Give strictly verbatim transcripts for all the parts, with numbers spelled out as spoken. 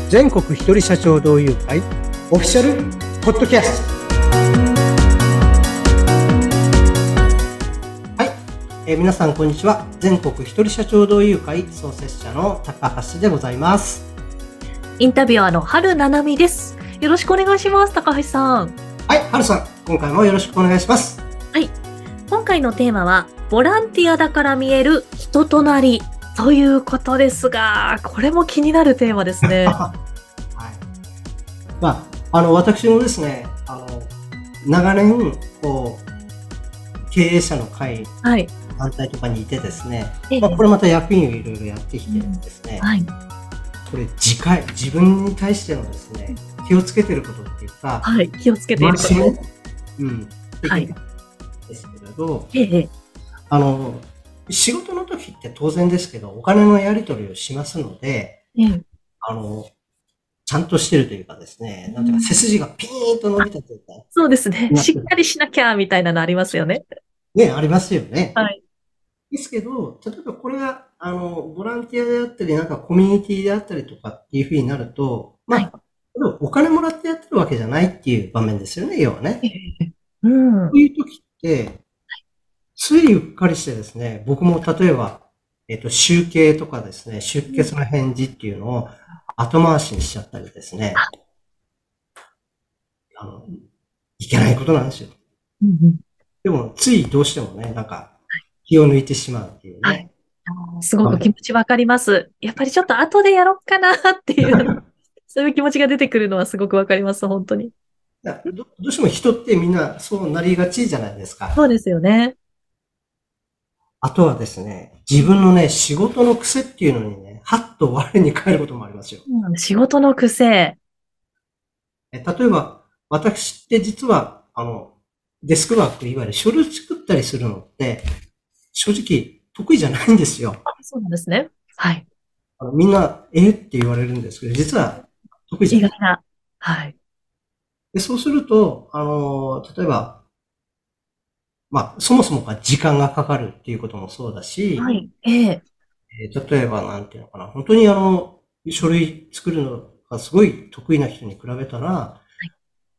全国一人社長同友会オフィシャルポッドキャスト。はい、えー、皆さんこんにちは。全国一人社長同友会創設者の高橋でございます。 インタビュアーの春七海です。よろしくお願いします。高橋さん。 はい、春さん、今回もよろしくお願いします。 はい、今回のテーマはボランティアだから見える人となりということですが、これも気になるテーマですね。はい。 まあ、あの私もですね、あの長年こう経営者の会、はい、団体とかにいてですね、まあ、これまた役員をいろいろやってきてですね、うん、はい、これ自戒、自分に対してのですね、気をつけてることっていうか、 はい、気をつけていること、 うん、はい、ですけれど、ええ、あの仕事の時って当然ですけど、お金のやり取りをしますので、うん、あのちゃんとしてるというかですね、なんていうか背筋がピーンと伸びたというか、 そうですね、しっかりしなきゃみたいなのありますよね。 ね、ありますよね。 はい。 ですけど、例えばこれがあのボランティアであったり、なんかコミュニティであったりとかっていうふうになると、まあ、はい、お金もらってやってるわけじゃないっていう場面ですよね、要はね。うん。そういう時って、ついうっかりしてですね、僕も例えば、えっと、集計とかですね、出欠の返事っていうのを後回しにしちゃったりですね、あの、いけないことなんですよ。うんうん、でも、ついどうしてもね、なんか、気を抜いてしまうっていうね。はい、 すごく気持ちわかります。やっぱりちょっと後でやろうかなっていう、そういう気持ちが出てくるのはすごくわかります、本当に。 ど, どうしても人ってみんなそうなりがちじゃないですか。 そうですよね。 あとはですね、自分のね、仕事の癖っていうのにね、はっと我に返ることもありますよ。 うん、仕事の癖。 え例えば、私って実は、あの、デスクワーク、いわゆる書類作ったりするのって、正直得意じゃないんですよ。 あ、そうなんですね。はい。 あのみんな、えって言われるんですけど、実は得意じゃない。意外な。はい。 で、そうすると、あの、例えば、まあ、そもそもが時間がかかるっていうこともそうだし、はい。ええー、例えば、なんていうのかな、本当にあの、書類作るのがすごい得意な人に比べたら、はい、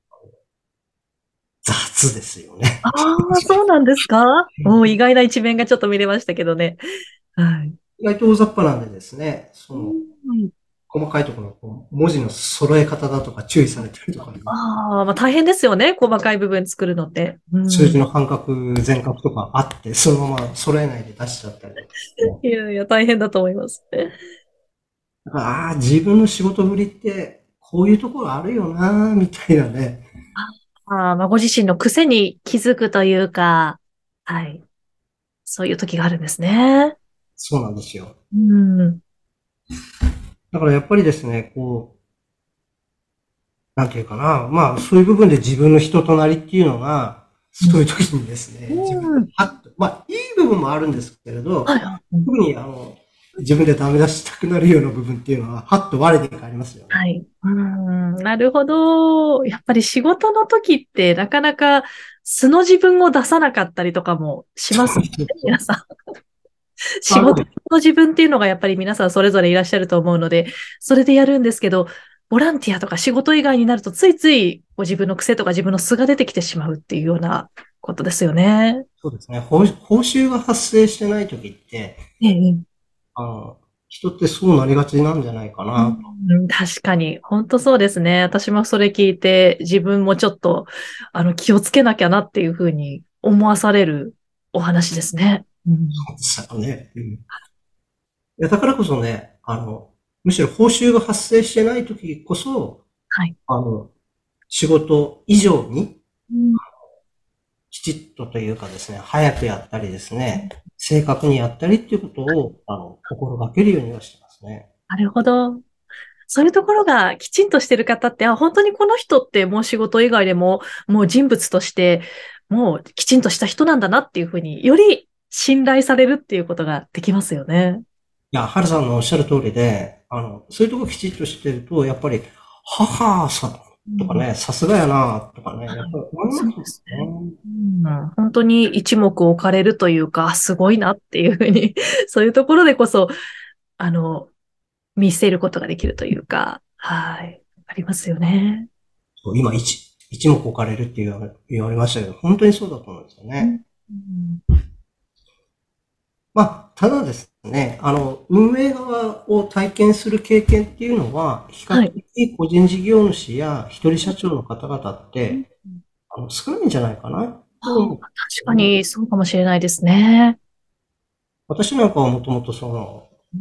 雑ですよね。 ああ、そうなんですか？もう意外な一面がちょっと見れましたけどね。はい。 意外と大雑把なんでですね、その、細かいところの文字の揃え方だとか注意されてるとか、ね、 ああ、まあ大変ですよね。細かい部分作るのって。 うん、数字の半角、全角とかあって、そのまま揃えないで出しちゃったりとか、ね。 いやいや、大変だと思いますね。 だからああ、自分の仕事ぶりって、こういうところあるよな、みたいなね。 ああ、まあご自身の癖に気づくというか、はい。そういう時があるんですね。 そうなんですよ。 うん。 だからやっぱりですね、こう、なんていうかな、まあそういう部分で自分の人となりっていうのが、そういう時にですね、うん、自分ではっと、まあいい部分もあるんですけれど、はい、特にあの、自分でダメ出したくなるような部分っていうのは、はっと我に返りますよね。 はい。うん、なるほど。やっぱり仕事の時ってなかなか素の自分を出さなかったりとかもしますね、皆さん。仕事の自分っていうのがやっぱり皆さんそれぞれいらっしゃると思うので、それでやるんですけど、ボランティアとか仕事以外になるとついついご自分の癖とか自分の素が出てきてしまうっていうようなことですよね。 そうですね。報酬が発生してない時って、ええ、あの人ってそうなりがちなんじゃないかなと。 うん、確かに。本当そうですね。私もそれ聞いて、自分もちょっと、あの、気をつけなきゃなっていうふうに思わされるお話ですね。 うん、そうですよね。うん、いや、だからこそね、あの、むしろ報酬が発生してない時こそ、はい。あの、仕事以上に、うん、きちっとというかですね、早くやったりですね、正確にやったりっていうことを、あの、心がけるようにはしてますね。 なるほど。そういうところがきちんとしてる方って、あ、本当にこの人ってもう仕事以外でも、もう人物として、もうきちんとした人なんだなっていうふうに、より信頼されるっていうことができますよね。 いや、ハルさんのおっしゃる通りで、あの、そういうとこきちっとしてると、やっぱり、ははさ、とかね、さすがやな、とかね、やっぱり思いますね。 うん、本当に一目置かれるというか、すごいなっていうふうに、そういうところでこそ、あの、見せることができるというか、 はい。ありますよね。 そう今一、一目置かれるって言われ言われましたけど、本当にそうだと思うんですようん。 ね。 うん。 まあ、ただですね、あの、運営側を体験する経験っていうのは、比較はい。 的個人事業主や一人社長の方々っうん。 て、あの、少ないんじゃないかなと思ああ、確かにそうかもしれないですね。 私なんかはもともとその、 うん。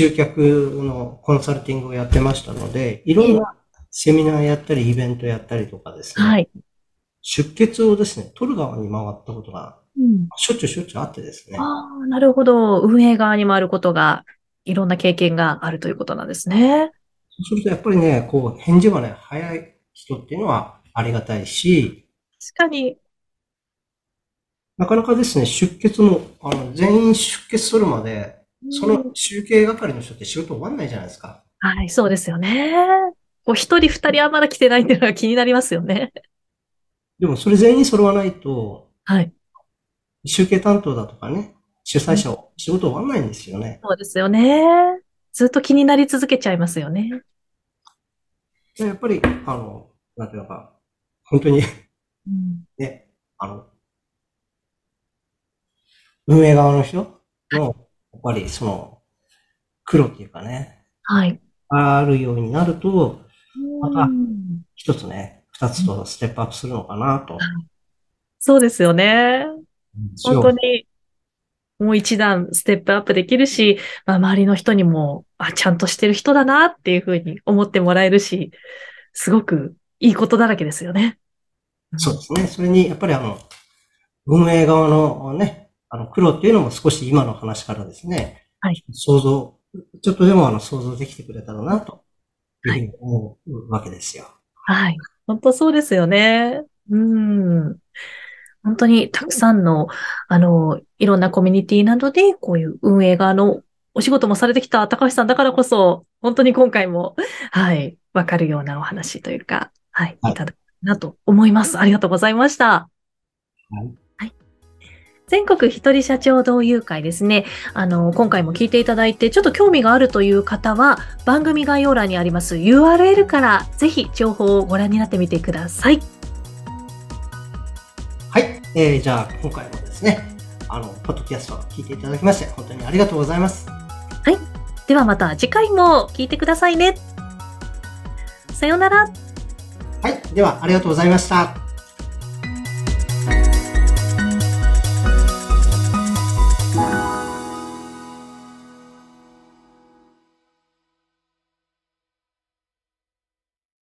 集客のコンサルティングをやってましたので、いろええ。 んなセミナーやったり、イベントやったりとかですね、 はい。 出血をですね、取る側に回ったことが、 うん。 しょっちゅうしょっちゅうあってですね。 ああ、なるほど。運営側に回ることが、いろんな経験があるということなんですね。 そうするとやっぱりね、こう、返事がね、早い人っていうのはありがたいし、 確かに。 なかなかですね、出血も、あの、全員出血するまで、 うそのん。 集計係の人って仕事終わんないじゃないですか。 はい、そうですよね。こう、一人二人はまだ来てないっていうのが気になりますよね。 でもそれ全員揃わないと、 はい。 集計担当だとかね、主うん。 催者を仕事終わんないんですよね。 そうですよね。ずっと気になり続けちゃいますよね。 でやっぱり、あの、なんていうのか、本当にうん。 ね、あの、運営側の人の、やっぱりその、苦労っていうかね、 はい。 あるようになると、 うまたん。 一つね、二つとステップアップするのかなと。 そうですよね。本当しよにもう一段ステップアップできるし、まあ、周りの人にも、あ、ちゃんとしてる人だなっていうふうに思ってもらえるし、すごくいいことだらけですよね。うん。 そうですね。それに、やっぱりあの、運営側のね、あの、苦労っていうのも少し今の話からですね、 はい。 想像、ちょっとでもあの、想像できてくれたらな、というはい。 ふうに思うわけですよ。 はい。本当そうですよね。うん。本当にたくさんの、あの、いろんなコミュニティなどで、こういう運営側のお仕事もされてきた高橋さんだからこそ、本当に今回も、はい、わかるようなお話というか、はい、 はい。 いただくなと思います。ありがとうございました。 はい。 はい。全国一人社長同友会ですね。あの、今回も聞いていただいて、ちょっと興味があるという方は、番組概要欄にあります ユーアールエル からぜひ情報をご覧になってみてください。 はい。えー、じゃあ、今回もですね、あの、ポッドキャストを聞いていただきまして、本当にありがとうございます。 はい。ではまた次回も聞いてくださいね。さようなら。 はい。では、ありがとうございました。